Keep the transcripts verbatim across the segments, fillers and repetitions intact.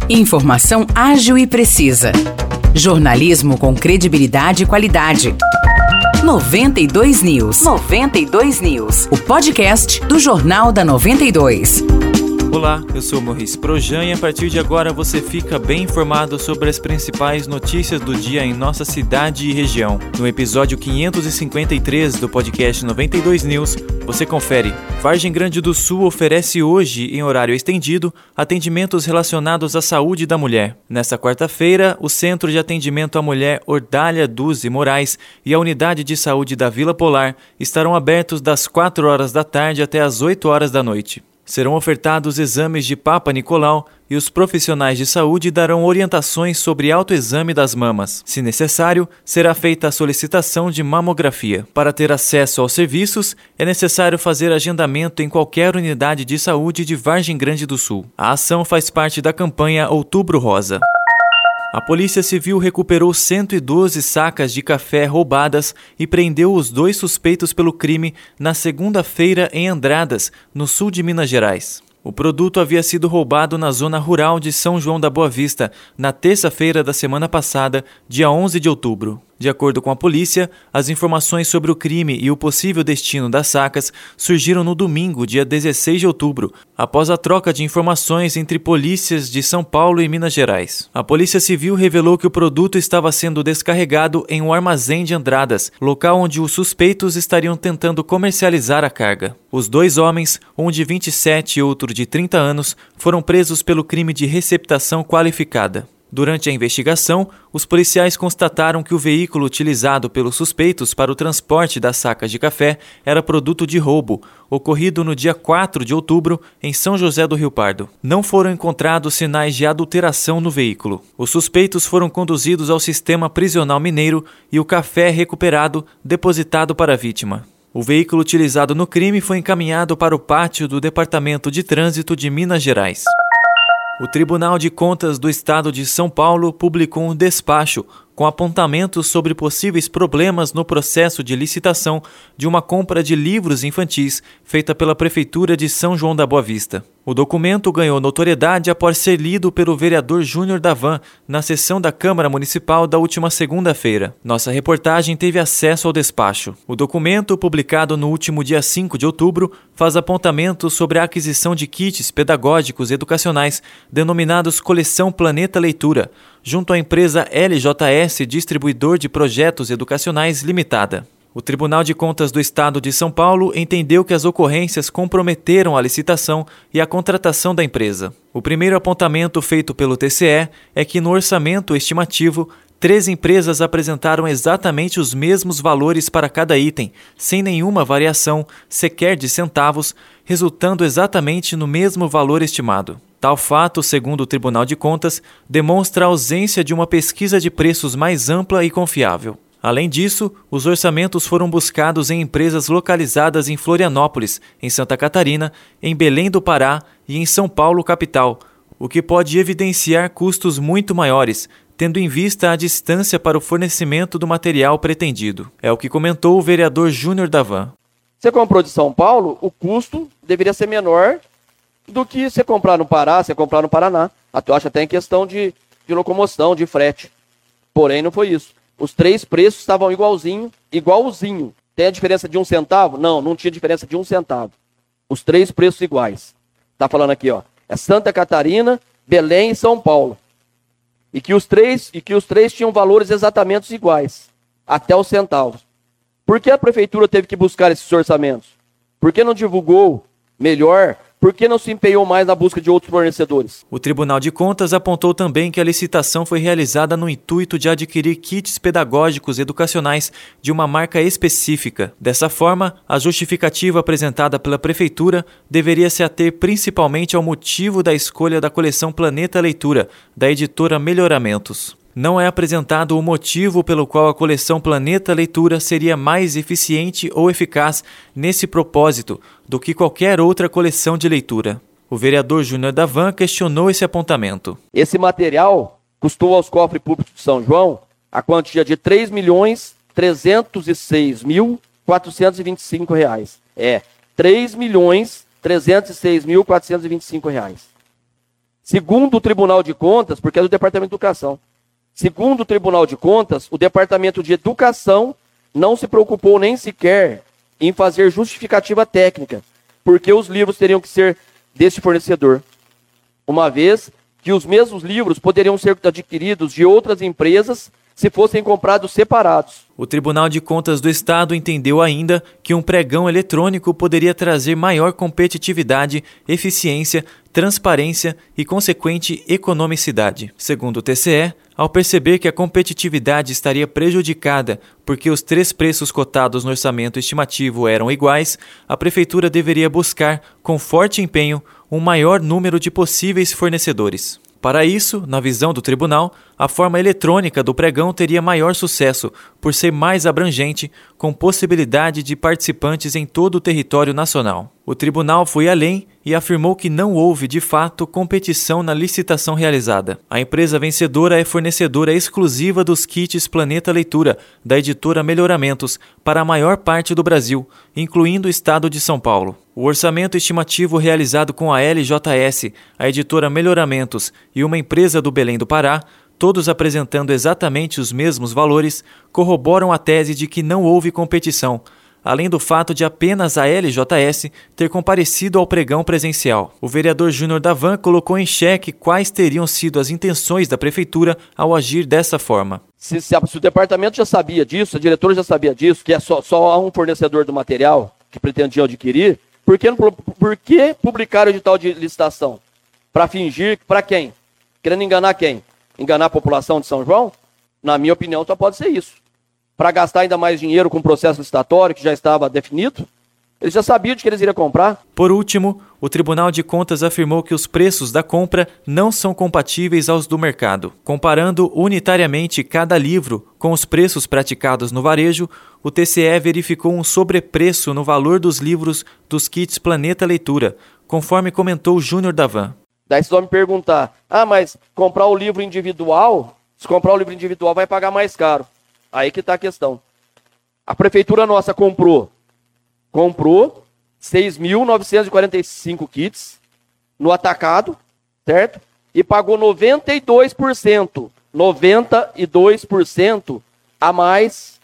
Informação ágil e precisa. Jornalismo com credibilidade e qualidade. noventa e dois News. noventa e dois News. O podcast do Jornal da noventa e dois. Olá, eu sou Maurice Projan e a partir de agora você fica bem informado sobre as principais notícias do dia em nossa cidade e região. No episódio quinhentos e cinquenta e três do podcast noventa e dois News, você confere. Vargem Grande do Sul oferece hoje, em horário estendido, atendimentos relacionados à saúde da mulher. Nesta quarta-feira, o Centro de Atendimento à Mulher Ordália Duzi Moraes e a Unidade de Saúde da Vila Polar estarão abertos das quatro horas da tarde até as oito horas da noite. Serão ofertados exames de Papa Nicolau e os profissionais de saúde darão orientações sobre autoexame das mamas. Se necessário, será feita a solicitação de mamografia. Para ter acesso aos serviços, é necessário fazer agendamento em qualquer unidade de saúde de Vargem Grande do Sul. A ação faz parte da campanha Outubro Rosa. A Polícia Civil recuperou cento e doze sacas de café roubadas e prendeu os dois suspeitos pelo crime na segunda-feira em Andradas, no sul de Minas Gerais. O produto havia sido roubado na zona rural de São João da Boa Vista, na terça-feira da semana passada, dia onze de outubro. De acordo com a polícia, as informações sobre o crime e o possível destino das sacas surgiram no domingo, dia dezesseis de outubro, após a troca de informações entre polícias de São Paulo e Minas Gerais. A Polícia Civil revelou que o produto estava sendo descarregado em um armazém de Andradas, local onde os suspeitos estariam tentando comercializar a carga. Os dois homens, um de vinte e sete e outro de trinta anos, foram presos pelo crime de receptação qualificada. Durante a investigação, os policiais constataram que o veículo utilizado pelos suspeitos para o transporte das sacas de café era produto de roubo, ocorrido no dia quatro de outubro em São José do Rio Pardo. Não foram encontrados sinais de adulteração no veículo. Os suspeitos foram conduzidos ao sistema prisional mineiro e o café recuperado depositado para a vítima. O veículo utilizado no crime foi encaminhado para o pátio do Departamento de Trânsito de Minas Gerais. O Tribunal de Contas do Estado de São Paulo publicou um despacho com apontamentos sobre possíveis problemas no processo de licitação de uma compra de livros infantis feita pela Prefeitura de São João da Boa Vista. O documento ganhou notoriedade após ser lido pelo vereador Júnior Davan na sessão da Câmara Municipal da última segunda-feira. Nossa reportagem teve acesso ao despacho. O documento, publicado no último dia cinco de outubro, faz apontamentos sobre a aquisição de kits pedagógicos educacionais denominados Coleção Planeta Leitura, junto à empresa L J S Distribuidor de Projetos Educacionais Limitada. O Tribunal de Contas do Estado de São Paulo entendeu que as ocorrências comprometeram a licitação e a contratação da empresa. O primeiro apontamento feito pelo T C E é que no orçamento estimativo, três empresas apresentaram exatamente os mesmos valores para cada item, sem nenhuma variação, sequer de centavos, resultando exatamente no mesmo valor estimado. Tal fato, segundo o Tribunal de Contas, demonstra a ausência de uma pesquisa de preços mais ampla e confiável. Além disso, os orçamentos foram buscados em empresas localizadas em Florianópolis, em Santa Catarina, em Belém do Pará e em São Paulo, capital, o que pode evidenciar custos muito maiores, tendo em vista a distância para o fornecimento do material pretendido. É o que comentou o vereador Júnior Davan. Você comprou de São Paulo, o custo deveria ser menor do que você comprar no Pará, você comprar no Paraná. Eu acho até em questão de, de locomoção, de frete. Porém, não foi isso. Os três preços estavam igualzinho, igualzinho. Tem a diferença de um centavo? Não, não tinha diferença de um centavo. Os três preços iguais. Tá falando aqui, ó. É Santa Catarina, Belém e São Paulo. E que os três, e que os três tinham valores exatamente iguais, até os centavos. Por que a prefeitura teve que buscar esses orçamentos? Por que não divulgou melhor? Por que não se empenhou mais na busca de outros fornecedores? O Tribunal de Contas apontou também que a licitação foi realizada no intuito de adquirir kits pedagógicos educacionais de uma marca específica. Dessa forma, a justificativa apresentada pela Prefeitura deveria se ater principalmente ao motivo da escolha da coleção Planeta Leitura, da editora Melhoramentos. Não é apresentado o motivo pelo qual a coleção Planeta Leitura seria mais eficiente ou eficaz nesse propósito do que qualquer outra coleção de leitura. O vereador Júnior Davan questionou esse apontamento. Esse material custou aos cofres públicos de São João a quantia de três milhões trezentos e seis mil quatrocentos e vinte e cinco reais. É, três milhões trezentos e seis mil quatrocentos e vinte e cinco reais. Segundo o Tribunal de Contas, porque é do Departamento de Educação, segundo o Tribunal de Contas, o Departamento de Educação não se preocupou nem sequer em fazer justificativa técnica, porque os livros teriam que ser desse fornecedor, uma vez que os mesmos livros poderiam ser adquiridos de outras empresas se fossem comprados separados. O Tribunal de Contas do Estado entendeu ainda que um pregão eletrônico poderia trazer maior competitividade, eficiência, transparência e consequente economicidade. Segundo o T C E, ao perceber que a competitividade estaria prejudicada porque os três preços cotados no orçamento estimativo eram iguais, a Prefeitura deveria buscar, com forte empenho, um maior número de possíveis fornecedores. Para isso, na visão do tribunal, a forma eletrônica do pregão teria maior sucesso, por ser mais abrangente, com possibilidade de participantes em todo o território nacional. O tribunal foi além e afirmou que não houve, de fato, competição na licitação realizada. A empresa vencedora é fornecedora exclusiva dos kits Planeta Leitura, da editora Melhoramentos, para a maior parte do Brasil, incluindo o estado de São Paulo. O orçamento estimativo realizado com a L J S, a editora Melhoramentos e uma empresa do Belém do Pará, todos apresentando exatamente os mesmos valores, corroboram a tese de que não houve competição, além do fato de apenas a L J S ter comparecido ao pregão presencial. O vereador Júnior Davan colocou em xeque quais teriam sido as intenções da Prefeitura ao agir dessa forma. Se, se, se o departamento já sabia disso, a diretora já sabia disso, que é só, só um fornecedor do material que pretendiam adquirir, por que, por que publicaram o edital de licitação? Para fingir, para quem? Querendo enganar quem? Enganar a população de São João? Na minha opinião, só pode ser isso. Para gastar ainda mais dinheiro com o processo licitatório que já estava definido? Eles já sabiam de que eles iriam comprar. Por último, o Tribunal de Contas afirmou que os preços da compra não são compatíveis aos do mercado. Comparando unitariamente cada livro com os preços praticados no varejo, o T C E verificou um sobrepreço no valor dos livros dos kits Planeta Leitura, conforme comentou Júnior Davan. Daí vocês vão me perguntar, ah, mas comprar o livro individual, se comprar o livro individual vai pagar mais caro. Aí que está a questão. A prefeitura nossa comprou, comprou seis mil novecentos e quarenta e cinco kits no atacado, certo? E pagou noventa e dois por cento, noventa e dois por cento a mais,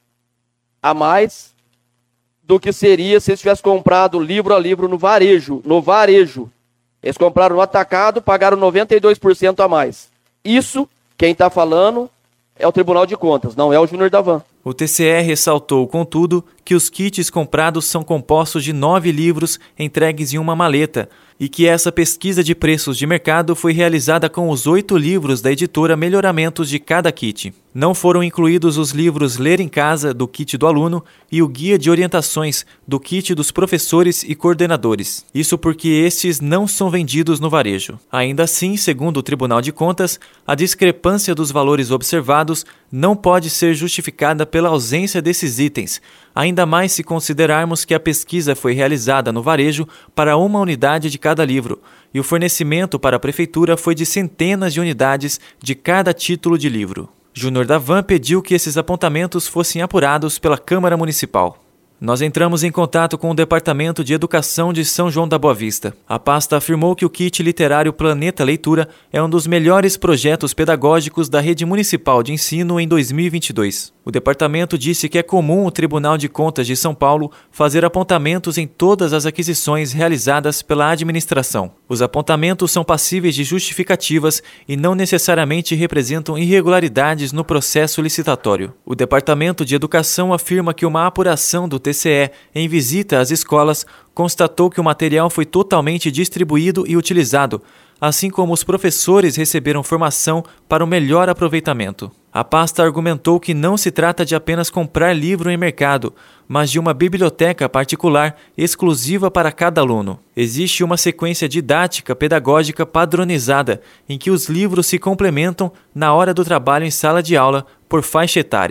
a mais do que seria se eles tivessem comprado livro a livro no varejo, no varejo. Eles compraram no atacado, pagaram noventa e dois por cento a mais. Isso, quem está falando, é o Tribunal de Contas, não é o Júnior Davan. O T C E ressaltou, contudo, que os kits comprados são compostos de nove livros entregues em uma maleta e que essa pesquisa de preços de mercado foi realizada com os oito livros da editora Melhoramentos de cada kit. Não foram incluídos os livros Ler em Casa, do kit do aluno, e o Guia de Orientações, do kit dos professores e coordenadores. Isso porque estes não são vendidos no varejo. Ainda assim, segundo o Tribunal de Contas, a discrepância dos valores observados não pode ser justificada pela ausência desses itens, ainda mais se considerarmos que a pesquisa foi realizada no varejo para uma unidade de cada livro, e o fornecimento para a Prefeitura foi de centenas de unidades de cada título de livro. Júnior Davan pediu que esses apontamentos fossem apurados pela Câmara Municipal. Nós entramos em contato com o Departamento de Educação de São João da Boa Vista. A pasta afirmou que o kit literário Planeta Leitura é um dos melhores projetos pedagógicos da rede municipal de ensino em dois mil e vinte e dois. O departamento disse que é comum o Tribunal de Contas de São Paulo fazer apontamentos em todas as aquisições realizadas pela administração. Os apontamentos são passíveis de justificativas e não necessariamente representam irregularidades no processo licitatório. O Departamento de Educação afirma que uma apuração do T C E em visita às escolas constatou que o material foi totalmente distribuído e utilizado, assim como os professores receberam formação para o melhor aproveitamento. A pasta argumentou que não se trata de apenas comprar livro em mercado, mas de uma biblioteca particular exclusiva para cada aluno. Existe uma sequência didática pedagógica padronizada em que os livros se complementam na hora do trabalho em sala de aula por faixa etária.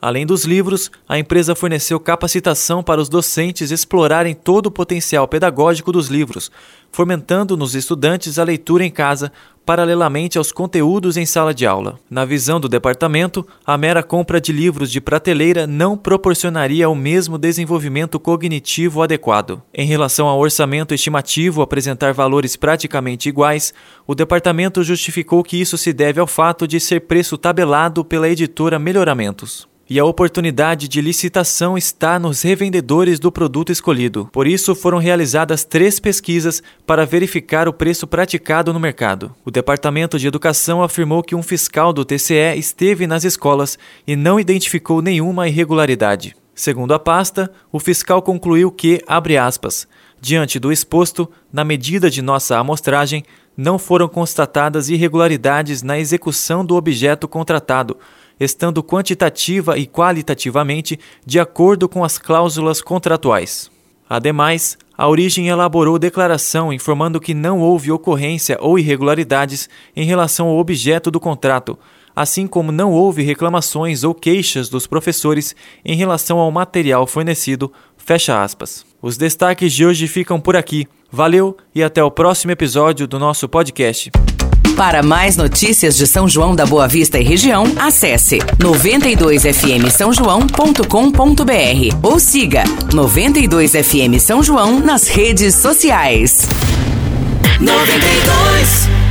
Além dos livros, a empresa forneceu capacitação para os docentes explorarem todo o potencial pedagógico dos livros, fomentando nos estudantes a leitura em casa, paralelamente aos conteúdos em sala de aula. Na visão do departamento, a mera compra de livros de prateleira não proporcionaria o mesmo desenvolvimento cognitivo adequado. Em relação ao orçamento estimativo apresentar valores praticamente iguais, o departamento justificou que isso se deve ao fato de ser preço tabelado pela editora Melhoramentos. E a oportunidade de licitação está nos revendedores do produto escolhido. Por isso, foram realizadas três pesquisas para verificar o preço praticado no mercado. O Departamento de Educação afirmou que um fiscal do T C E esteve nas escolas e não identificou nenhuma irregularidade. Segundo a pasta, o fiscal concluiu que, abre aspas, diante do exposto, na medida de nossa amostragem, não foram constatadas irregularidades na execução do objeto contratado, estando quantitativa e qualitativamente de acordo com as cláusulas contratuais. Ademais, a Origem elaborou declaração informando que não houve ocorrência ou irregularidades em relação ao objeto do contrato, assim como não houve reclamações ou queixas dos professores em relação ao material fornecido, fecha aspas. Os destaques de hoje ficam por aqui. Valeu e até o próximo episódio do nosso podcast. Para mais notícias de São João da Boa Vista e região, acesse noventa e dois f m são joão ponto com ponto b r ou siga noventa e dois F M São João nas redes sociais. noventa e dois